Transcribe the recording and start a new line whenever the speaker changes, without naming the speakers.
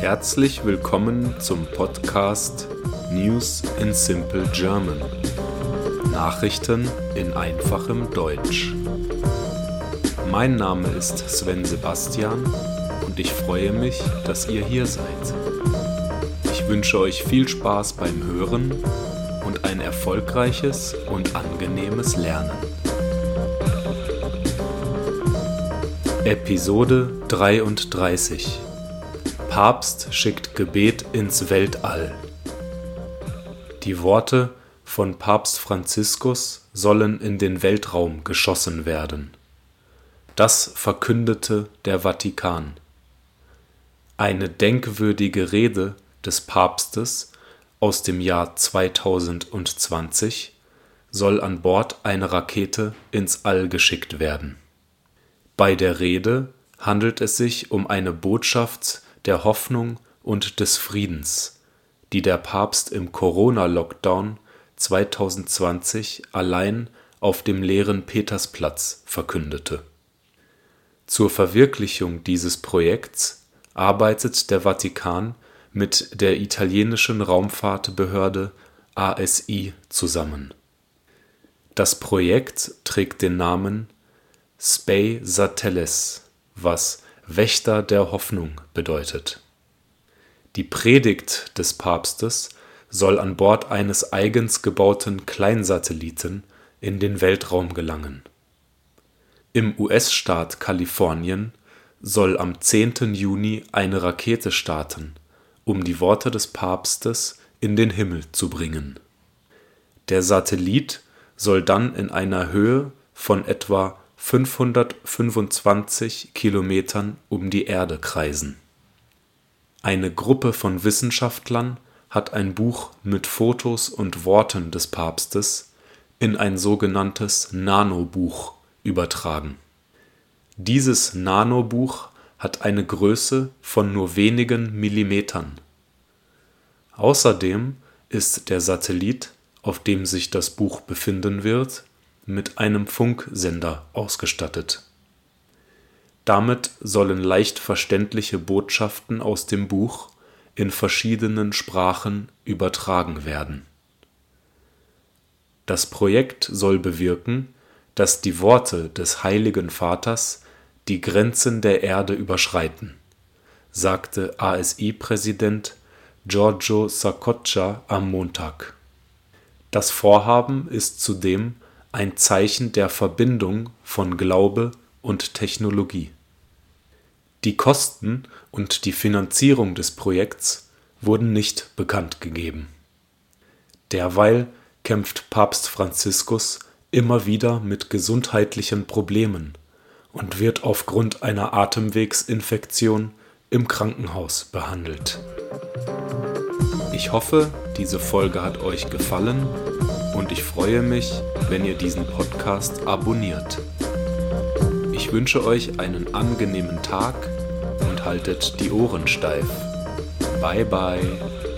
Herzlich willkommen zum Podcast News in Simple German. Nachrichten in einfachem Deutsch. Mein Name ist Sven Sebastian und ich freue mich, dass ihr hier seid. Ich wünsche euch viel Spaß beim Hören und ein erfolgreiches und angenehmes Lernen. Episode 33. Papst schickt Gebet ins Weltall. Die Worte von Papst Franziskus sollen in den Weltraum geschossen werden. Das verkündete der Vatikan. Eine denkwürdige Rede des Papstes aus dem Jahr 2020 soll an Bord einer Rakete ins All geschickt werden. Bei der Rede handelt es sich um eine Botschaft der Hoffnung und des Friedens, die der Papst im Corona-Lockdown 2020 allein auf dem leeren Petersplatz verkündete. Zur Verwirklichung dieses Projekts arbeitet der Vatikan mit der italienischen Raumfahrtbehörde ASI zusammen. Das Projekt trägt den Namen Spei Satellis, was Wächter der Hoffnung bedeutet. Die Predigt des Papstes soll an Bord eines eigens gebauten Kleinsatelliten in den Weltraum gelangen. Im US-Staat Kalifornien soll am 10. Juni eine Rakete starten, um die Worte des Papstes in den Himmel zu bringen. Der Satellit soll dann in einer Höhe von etwa 525 Kilometern um die Erde kreisen. Eine Gruppe von Wissenschaftlern hat ein Buch mit Fotos und Worten des Papstes in ein sogenanntes Nanobuch übertragen. Dieses Nanobuch hat eine Größe von nur wenigen Millimetern. Außerdem ist der Satellit, auf dem sich das Buch befinden wird, mit einem Funksender ausgestattet. Damit sollen leicht verständliche Botschaften aus dem Buch in verschiedenen Sprachen übertragen werden. Das Projekt soll bewirken, dass die Worte des Heiligen Vaters die Grenzen der Erde überschreiten, sagte ASI-Präsident Giorgio Sacoccia am Montag. Das Vorhaben ist zudem ein Zeichen der Verbindung von Glaube und Technologie. Die Kosten und die Finanzierung des Projekts wurden nicht bekannt gegeben. Derweil kämpft Papst Franziskus immer wieder mit gesundheitlichen Problemen und wird aufgrund einer Atemwegsinfektion im Krankenhaus behandelt. Ich hoffe, diese Folge hat euch gefallen und ich freue mich, wenn ihr diesen Podcast abonniert. Ich wünsche euch einen angenehmen Tag und haltet die Ohren steif. Bye bye.